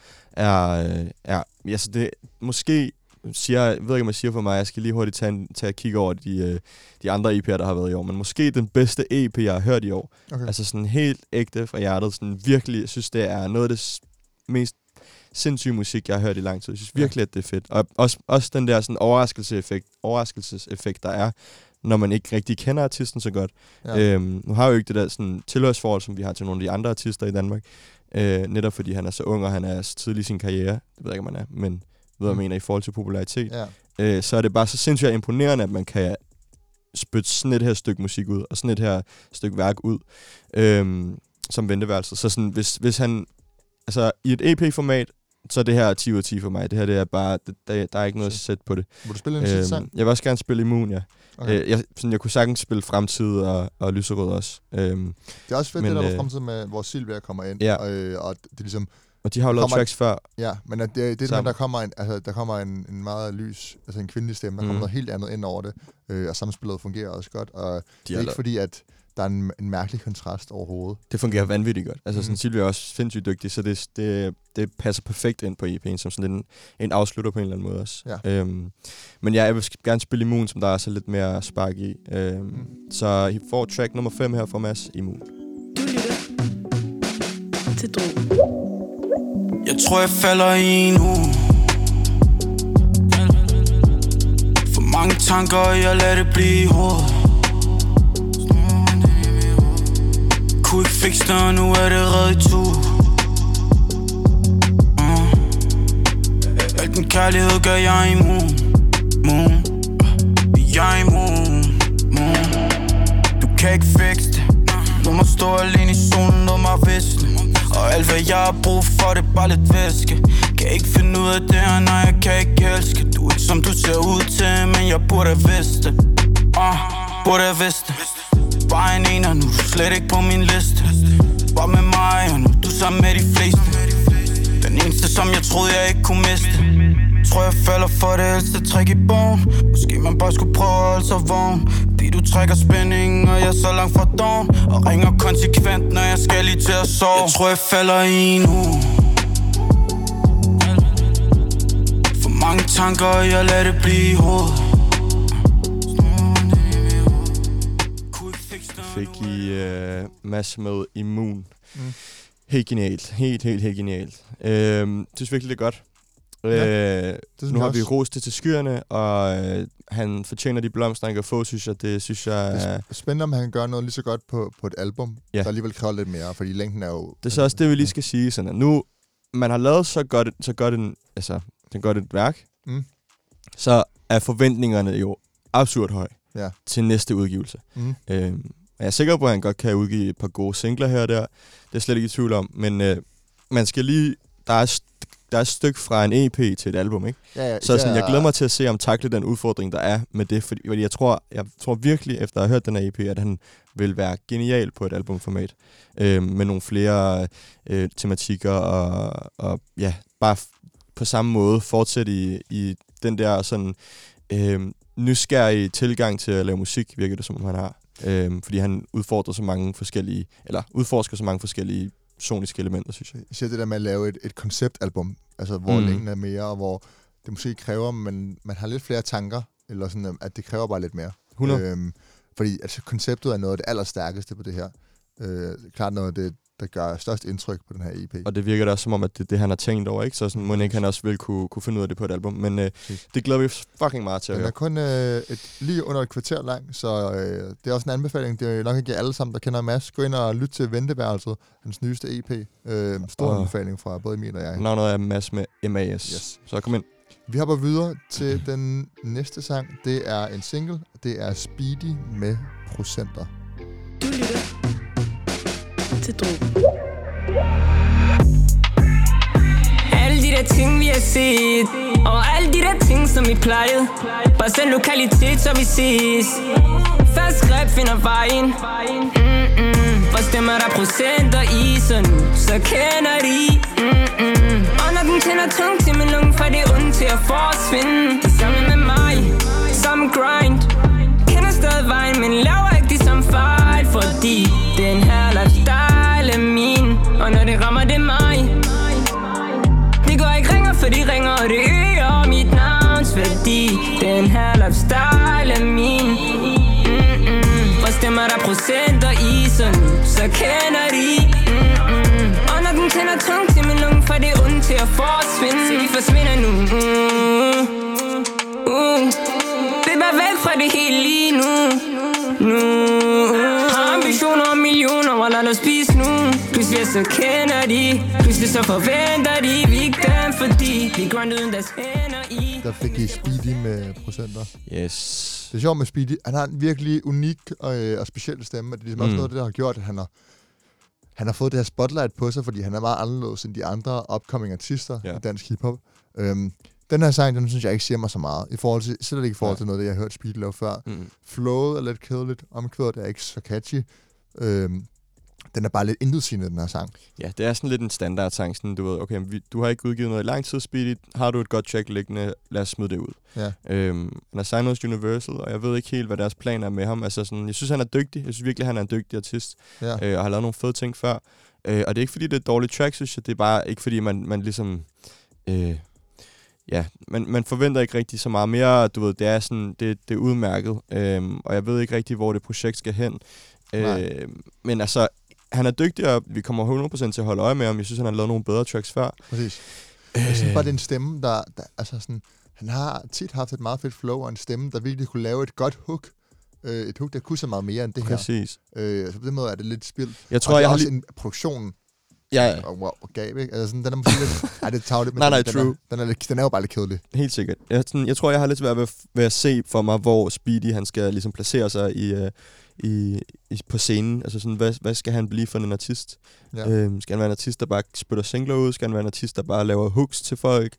er altså det måske jeg ved ikke, om jeg siger for mig, jeg skal lige hurtigt tage et kig over de andre EP'er, der har været i år, men måske den bedste EP, jeg har hørt i år. Okay. Altså sådan helt ægte fra hjertet, sådan virkelig, jeg synes, det er noget af det mest sindssyge musik, jeg har hørt i lang tid. Jeg synes virkelig, at det er fedt. Og også den der sådan overraskelseseffekt, der er, når man ikke rigtig kender artisten så godt. Ja. Nu har jeg jo ikke det der sådan tilhørsforhold, som vi har til nogle af de andre artister i Danmark. Netop fordi han er så ung, og han er så tidlig i sin karriere. Det ved jeg ikke, om han er, men ved jeg mener, i forhold til popularitet. Ja. Så er det bare så sindssygt imponerende, at man kan spytte sådan et her stykke musik ud, og sådan et her stykke værk ud, som venteværelset. Så sådan, hvis han, altså i et EP-format, så er det her 10 ud af 10 for mig. Det her, det er bare, der er ikke noget at sætte på det. Må du spille en sidste sang? Jeg vil også gerne spille Immun, ja. Okay. Jeg kunne sagtens spille Fremtid og Lyserød også. Det er også fedt, det der var Fremtid med, hvor Silvia kommer ind, og det er ligesom, Og de har jo lavet tracks før. Ja, men det er der kommer en meget lys, altså en kvindelig stemme, der kommer noget helt andet ind over det, og samspillet fungerer også godt, og det er ikke fordi, at der er en mærkelig kontrast overhovedet. Det fungerer vanvittigt godt. Altså sådan, Silvia er også sindssygt dygtig, så det passer perfekt ind på EP'en, som sådan en afslutter på en eller anden måde også. Ja. Men ja, jeg vil gerne spille Immun, som der er så lidt mere spark i. Så I får track nummer 5 her fra Mads, Immun. Du lytter til Drogen. Jeg tror, jeg falder i en uge. For mange tanker, jeg lader det blive i hovedet. Kunne ikke fikse det, og nu er det reddet i tur. Al den kærlighed gør jeg immun. Jeg er immun. Du kan ikke fikse det. Du må stå alene i solen, lad mig visne. Og alt hvad jeg har brug for, det er bare lidt væske. Kan ikke finde ud af det her, nej, jeg kan ikke elske. Du er ikke som du ser ud til, men jeg burde have vidst det. Burde have vidst det. Bare en ener, nu er du slet ikke på min liste. Bare med mig, og nu er du sammen med de fleste. Den eneste, som jeg troede, jeg ikke kunne miste. Tror jeg falder for det ældste træk i bogen. Måske man bare skulle prøve at holde sig vågen. Fordi du trækker spændingen, og jeg er så langt fra dagen. Og ringer konsekvent, når jeg skal lige til at sove. Jeg tror jeg falder i en uge. For mange tanker, og jeg lader det blive i hovedet. Fik I Mads med Immun. Helt genialt. Helt genialt. Synes virkelig, det er godt. Nu har vi rost det til skyerne, og han fortjener de blomster, han kan få, synes jeg. Det synes jeg det er spændende, om han kan gøre noget lige så godt på et album, der alligevel kræver lidt mere, fordi længden er jo... Det er så også det, vi lige skal sige. Sådan, nu, man har lavet så godt et værk, så er forventningerne jo absurd høj til næste udgivelse. Jeg er sikker på, at han godt kan udgive et par gode singler her og der. Det er slet ikke i tvivl om. Men man skal lige... Der er et stykke fra en EP til et album, ikke? Så sådan, jeg glæder mig til at se, om takle den udfordring, der er med det. Fordi jeg tror virkelig, efter at have hørt den her EP, at han vil være genial på et albumformat. Med nogle flere tematikker og ja, bare på samme måde fortsætte i den der sådan nysgerrige tilgang til at lave musik, virker det som om han har. Fordi han udforsker så mange forskellige soniske elementer, synes jeg. Jeg siger det der med at lave et konceptalbum, altså hvor længden er mere, og hvor det måske kræver, man har lidt flere tanker, eller sådan, at det kræver bare lidt mere. 100. Fordi altså, konceptet er noget af det allerstærkeste på det her. Klart noget af det, der gør størst indtryk på den her EP. Og det virker da også som om, at det er det, han har tænkt over, ikke? Så sådan, må ikke han også vil kunne finde ud af det på et album. Men det glæder vi fucking meget til at høre. Den er kun lige under et kvarter lang, så det er også en anbefaling. Det er nok ikke alle sammen, der kender Mads. Gå ind og lyt til Venteværelset, hans nyeste EP. Stor anbefaling fra både Emil og jeg. Navnet er Mads med MAS. Yes. Så kom ind. Vi hopper videre til den næste sang. Det er en single. Det er Speedy med Procenter. Du lytter til Drogen. Alle de der ting vi har set, og alle de der ting som vi plejede. Bare send lokalitet så vi ses. Først greb finder vejen. Hvor stemmer der procenter i, så nu så kender de. Og når den tænder tungt til min lunge, fra det onde til at forsvinde. De sammen med mig, samme grind. Kender stadig vejen, men laver ikke de samme fejl. Fordi den her lifestyle er min, og når det rammer det mig. Det går ikke ringer, for de ringer, og det øger mit navns værdi. Den her lifestyle er min. Hvor stemmer der procenter i, så nu så kender de. Og når den tænder tungt til min lunge, fra det onde til at forsvinde. Så de forsvinder nu. Det er bare væk fra det hele lige nu. Har ambitioner om millioner, og lad os spise nu. Pludselig så kender de, pludselig så forventer de. Vi er ikke dem, fordi de grønne uden deres hænder i. Der fik I Speedy med Procenter. Yes. Det er sjovt med Speedy. Han har en virkelig unik og speciel stemme. Det er ligesom også noget, der har gjort, at han har fået det her spotlight på sig, fordi han er meget anderledes end de andre upcoming artister i dansk hiphop. Den her sang, den synes jeg ikke siger mig så meget. Slet ikke i forhold til noget, det jeg har hørt Speedy lave før. Flowet er lidt kedeligt. Omkvædet er ikke så catchy. den er bare lidt intetsigende, den her sang. Ja, det er sådan lidt en standardsang, sådan du ved, okay, du har ikke udgivet noget i lang tid, Speedy, har du et godt track liggende, lad os smide det ud. Ja. Han er signet hos Universal, og jeg ved ikke helt, hvad deres plan er med ham. Altså sådan, jeg synes, han er dygtig. Jeg synes virkelig, han er en dygtig artist, og har lavet nogle fede ting før. Og det er ikke, fordi det er et dårligt track, synes jeg. Det er bare ikke, fordi man ligesom... man forventer ikke rigtig så meget mere. Du ved, det er sådan, det er udmærket. Og jeg ved ikke rigtig, hvor det projekt skal hen. Men altså, han er dygtig, og vi kommer 100% til at holde øje med ham. Jeg synes, han har lavet nogle bedre tracks før. Præcis. Jeg synes bare, det er en stemme, der altså sådan... Han har tit haft et meget fedt flow og en stemme, der virkelig kunne lave et godt hook. Et hook, der kunne så meget mere end det her. Præcis. Så på den måde er det lidt spildt. Jeg tror, og det er jeg også har en produktion. Ja. Og gab, ikke? Altså sådan, den er måske lidt... Ej, det er tavligt, men true. Den er jo bare lidt kedelig. Helt sikkert. Jeg tror, jeg har lidt svært ved at se for mig, hvor Speedy han skal ligesom placere sig på scenen. Altså sådan, hvad skal han blive for en artist? Ja. Skal han være en artist, der bare spytter singler ud? Skal han være en artist, der bare laver hooks til folk?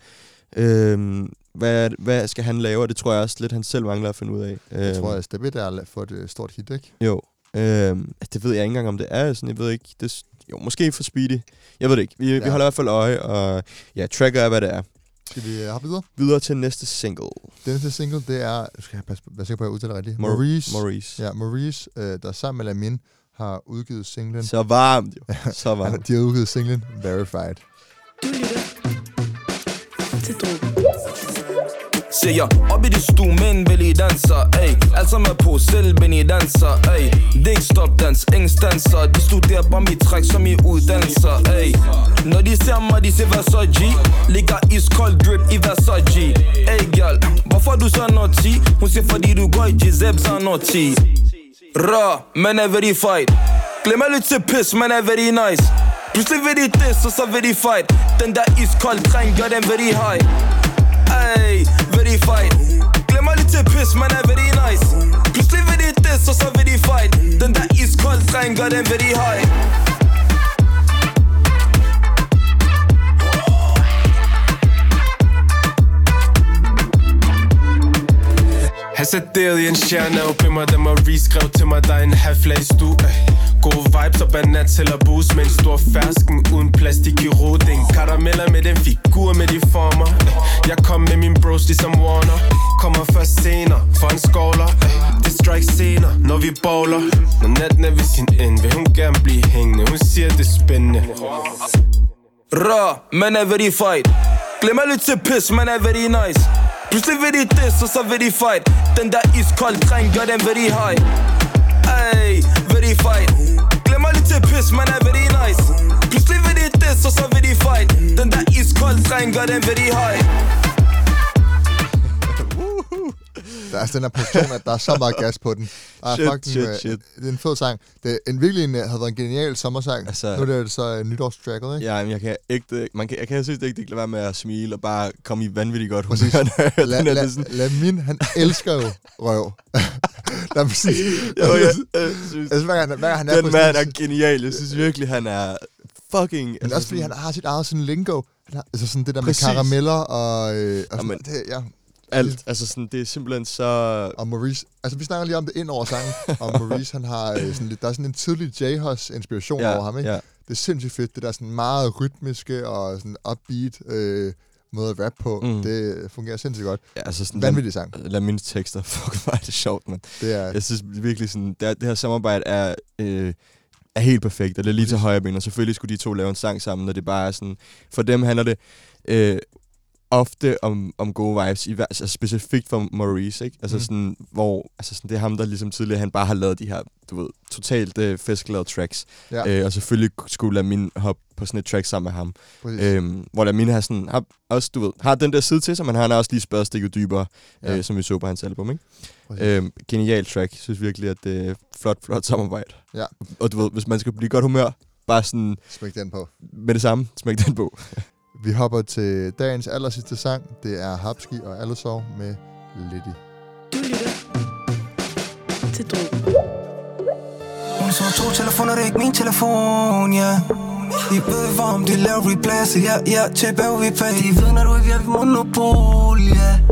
Hvad skal han lave? Det tror jeg også lidt, han selv mangler at finde ud af. Jeg tror, at Step It er for et stort hit, ikke? Jo. Det ved jeg ikke engang, om det er. Sådan, jeg ved ikke. Jo, måske for Speedy. Jeg ved det ikke. Vi holder i hvert fald øje, og ja, tracker er, hvad det er. Skal vi have videre? Videre til næste single. Den næste single, det er... Skal jeg være sikker på, at jeg udtaler rigtigt? Maurice. Ja, Maurice, der sammen med Lamin har udgivet singlen... Så varmt, jo. Så varmt. De har udgivet singlen Verified. Du lytter til Drogen. Ser jeg op i det stue med en vældig danser, ey. Alt som er på, selv Benny danser, ey. Det er ikke stopdans, ingen stanser. De studerer bare mit træk som i uddannelser, ey. Når de ser mig, de ser Versace. Ligger iskold drip i Versace. Ey girl, hvorfor du så naughty? Hun siger fordi du går i Giseb så naughty. Rå, men er verified. Glemmer lidt til pis, men er very nice. Pludselig vil de this, og så vil de fight. Den der iskold dreng gør den very high. Ey, verified. Glemmer lidt til pis, man er very nice. Pludselig vil de this, og så vil de fight. Den der iskold dreng gør den very high. Han serverede en stjerne og glemmer dem og reskrev til mig, der er en half-lag i stue. Gode vibes og banan til at boost med en stor fersken uden plastik i roding. Karameller med den figur med de former. Jeg kom med min bros ligesom Warner. Kommer først senere for en skåler. Det strike senere når vi bowler. Når natten er ved sin ende vil hun gerne blive hængende. Hun siger det er spændende. Rå, man er verified. Glemmer lidt til pis, man er very nice. Pludselig vil de this, og så vil de fight. Den der iskold dreng gør den very high. Ey, verified. Glemmer lidt til pis, man er very nice. Pludselig vil de this, og så vil de fight. Den der iskold dreng gør den very high. Der er den her produktion, at der er så meget gas på den. Shit. Det er en fed sang. Det er havde været en genial sommersang. Altså, nu er det så nytårstracket, ikke? Ja, men jeg kan seriøst ikke lade være med at smile og bare komme i vanvittigt godt humør. Lamin, han elsker jo røv. Den mand er genial. Jeg synes virkelig, han er fucking... Men også fordi han har sit eget sådan lingo. Altså sådan det der med karameller og sådan, det, ja. Alt, altså sådan, det er simpelthen så... Og Maurice, altså vi snakker lige om det ind over sangen, og Maurice, han har sådan lidt, der er sådan en tidlig J-Hus-inspiration over ham, ikke? Ja. Det er sindssygt fedt, det der sådan meget rytmiske og sådan upbeat måde at rappe på, det fungerer sindssygt godt. Ja, altså sådan vanvittig sang. Lad mine tekster, fuck, hvor er det sjovt, man. Det er... Jeg synes virkelig sådan, det her samarbejde er helt perfekt, og det er lige til højre ben, og selvfølgelig skulle de to lave en sang sammen, og det bare er sådan, for dem handler det... ofte om gode vibes, altså specifikt for Maurice, ikke? Altså sådan, hvor altså sådan, det er ham, der ligesom tidligere, han bare har lavet de her, du ved, totalt festglade tracks. Ja. Og selvfølgelig skulle Lamin hoppe på sådan et track sammen med ham. Hvor Lamin har sådan, også, du ved, har den der side til sig, men han har også lige spørget stikket dybere, som vi så på hans album, ikke? Genial track. Jeg synes virkelig, at det er flot samarbejde. Ja. Og du ved, hvis man skal blive godt humør, bare sådan... Smæk den på. Med det samme, smæk den på. Vi hopper til dagens allersidste sang. Det er Hapski og Allosaur med Liddy. Du lytter til Drogen. Hun så 2 telefoner, det er ikke min telefon, ja. De ved, hvor om de laver replays, ja, tilbage vi pay. De ved, når du ikke er ved monopol, ja.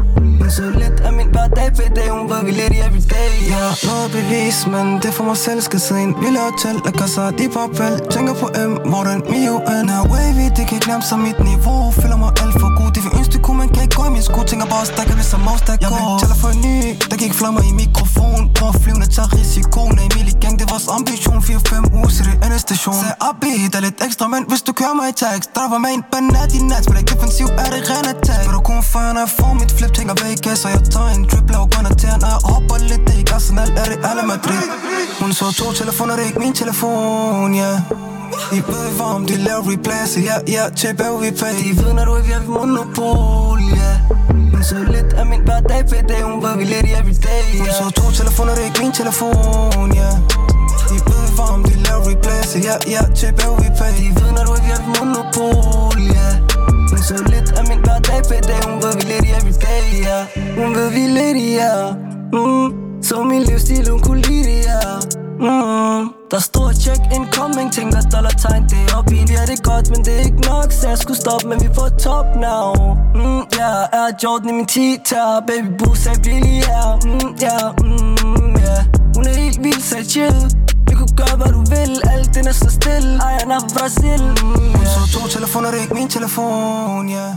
Hun så lidt af min hverdag ved dag, hun var vi lidt i everyday. Jeg har noget bevis, men det for mig selv skal sidde i en lille hotel. Der gør sig de papel, tænker på M, hvor den Mio er wavy, det kan ikke glemme sig mit niveau. Føler mig alt for god, det vil ønske det kunne, man kan ikke gå i min sko. Tænker bare, stakker vi som mouse, der går. Jeg vil tælle for en ny, der gik flammer i mikrofon. Prøv flyvende, tager risikoen af Emilie Gang, det er vores ambition. 4-5 uger til det andet station. Sag AB, der er lidt ekstra, men hvis du kører mig i tags, dræber med en banat i nat. Spiller ikke defensiv, er det ren attack. Vil du kunne fejre, når jeg får mit flip, tænker Vegas, og jeg tager en drip, laver grønner til når jeg hopper lidt, det er ikke Arsenal, er det alle Madrid. Hun så 2 telefoner, det er ikke min telefon, ja. I ved hvor om de laver replay, så ja, tjeber vi pay. I ved, når du er ved monopol, ja. Hun så lidt af min hverdag ved dag, hun var vi lidt i everyday, ja. Hun så 2 telefoner, det er ikke min telefon, ja. I ved hvor om de laver replay, så ja, tjeber vi pay. I ved, når du er ved monopol, ja. Hun så lidt af min hverdag ved dag, hun var vi lidt i everyday, ja. Hun ved vi lidt i, ja. Så min livsstil, hun kunne lide det, ja. Der står check incoming, tænker dollartegn, det er op i. Ja, det er godt, men det er ikke nok, så jeg skulle stoppe, men vi er på top now. Er Jordan i min t-tær, baby boo, sagde bliv lige her. Hun er helt vildt, sagde chill. Vi kunne gøre, hvad du vil, alt det er så stille. Ej, han er fra Brasil. Hun så 2 telefoner, det er ikke min telefon, ja.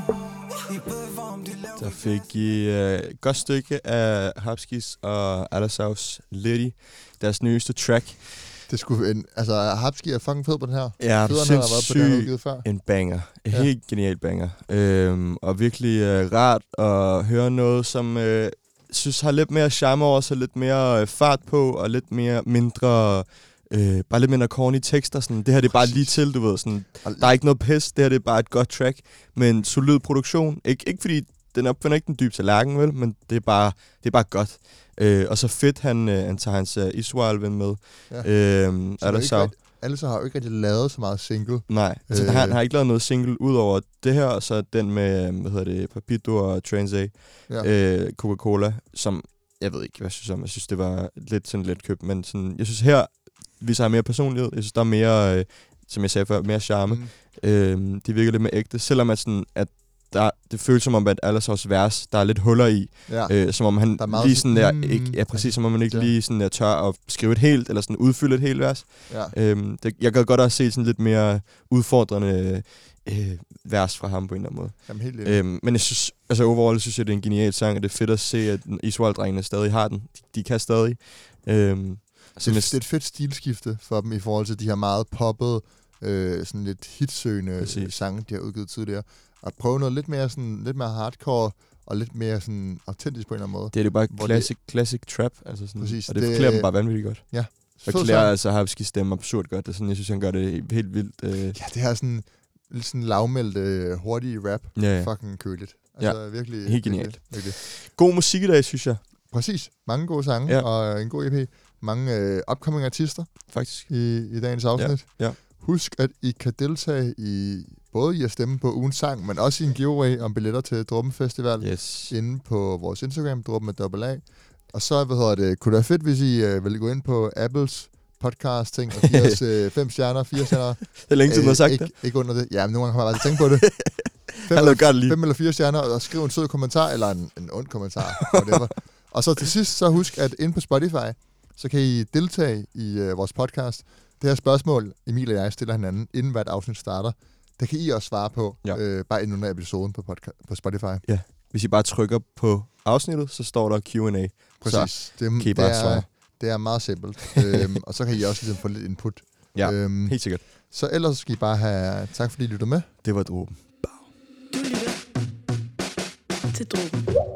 Der fik I et godt stykke af Hapskis og Alasaus Liddy, deres nyeste track. Det skulle Hapski er fucking fed på den her. Ja, sindssygt en banger. En helt genial banger. Og virkelig rart at høre noget, som synes har lidt mere charme over sig, lidt mere fart på, og lidt mere mindre... bare lidt mindre corny tekster. Sådan. Det her det er bare lige til, du ved. Sådan. Der er ikke noget pis. Det her det er bare et godt track med en solid produktion. Ikke fordi den opfinder ikke den dybe tallerken, vel, men det er bare godt. Og så fedt, han tager hans Israel-ven med. Ja. Ellers har jo ikke rigtig lavet så meget single. Nej, altså han har ikke lavet noget single ud over det her, og så den med, Papito og Trans A, Coca-Cola, som, jeg ved ikke, hvad jeg synes om. Jeg synes, det var lidt købt, men sådan, jeg synes her, viser mere personlighed. Jeg synes, der er mere, som jeg sagde før, mere charme. Det virker lidt mere ægte, selvom at det føles som om, at Alasaus vers, der er lidt huller i. Som om han lige sådan der, ikke, præcis, som om man ikke lige sådan der tør at skrive et helt, eller sådan udfylde et helt vers. Jeg kan godt også se sådan lidt mere udfordrende vers fra ham på en eller anden måde. Jamen, helt men jeg synes, altså overall synes jeg, det er en genial sang, og det er fedt at se, at Israel-drengene stadig har den. De kan stadig. Det er et fedt stilskifte for dem i forhold til de her meget poppede, sådan lidt hitsøgende sange, de har udgivet tidligere. At prøve noget lidt mere hardcore og lidt mere sådan autentisk på en eller anden måde. Det er det bare classic trap, altså sådan. Præcis, og det klæder dem bare vanvittigt godt. Ja. Og klæder altså Hapski stemme absurd godt. Det er sådan, jeg synes, han gør det helt vildt. Ja, det her sådan lidt sådan lavmældt, hurtige rap. Ja. Fucking køligt. Altså virkelig. Helt genialt. Virkelig. God musik i dag, synes jeg. Præcis. Mange gode sange og en god EP. Mange upcoming artister. Faktisk. I dagens afsnit. Ja. Husk, at I kan deltage i både i at stemme på ugens sang, men også i en giveaway om billetter til Dråben Festival inde på vores Instagram, Dråben med AA. Og så, kunne det være fedt, hvis I ville gå ind på Apples podcast-ting og give os 5 stjerner, 4 stjerner. Det er længe siden, du har sagt det. Ikke under det. Ja, men nogle gange har man bare tænkt på det. 5 eller 4 stjerner, og skriv en sød kommentar, eller en ond kommentar. Og så til sidst, så husk, at inde på Spotify, så kan I deltage i vores podcast. Det her spørgsmål, Emil og jeg stiller hinanden, inden hvert afsnit starter, det kan I også svare på, bare inden under episoden på Spotify. Ja, hvis I bare trykker på afsnittet, så står der Q&A. Præcis. Det er meget simpelt. Og så kan I også ligesom få lidt input. Ja, helt sikkert. Så ellers skal I bare have tak, fordi I lyttede med. Det var Dråben. Du lytter til Dråben.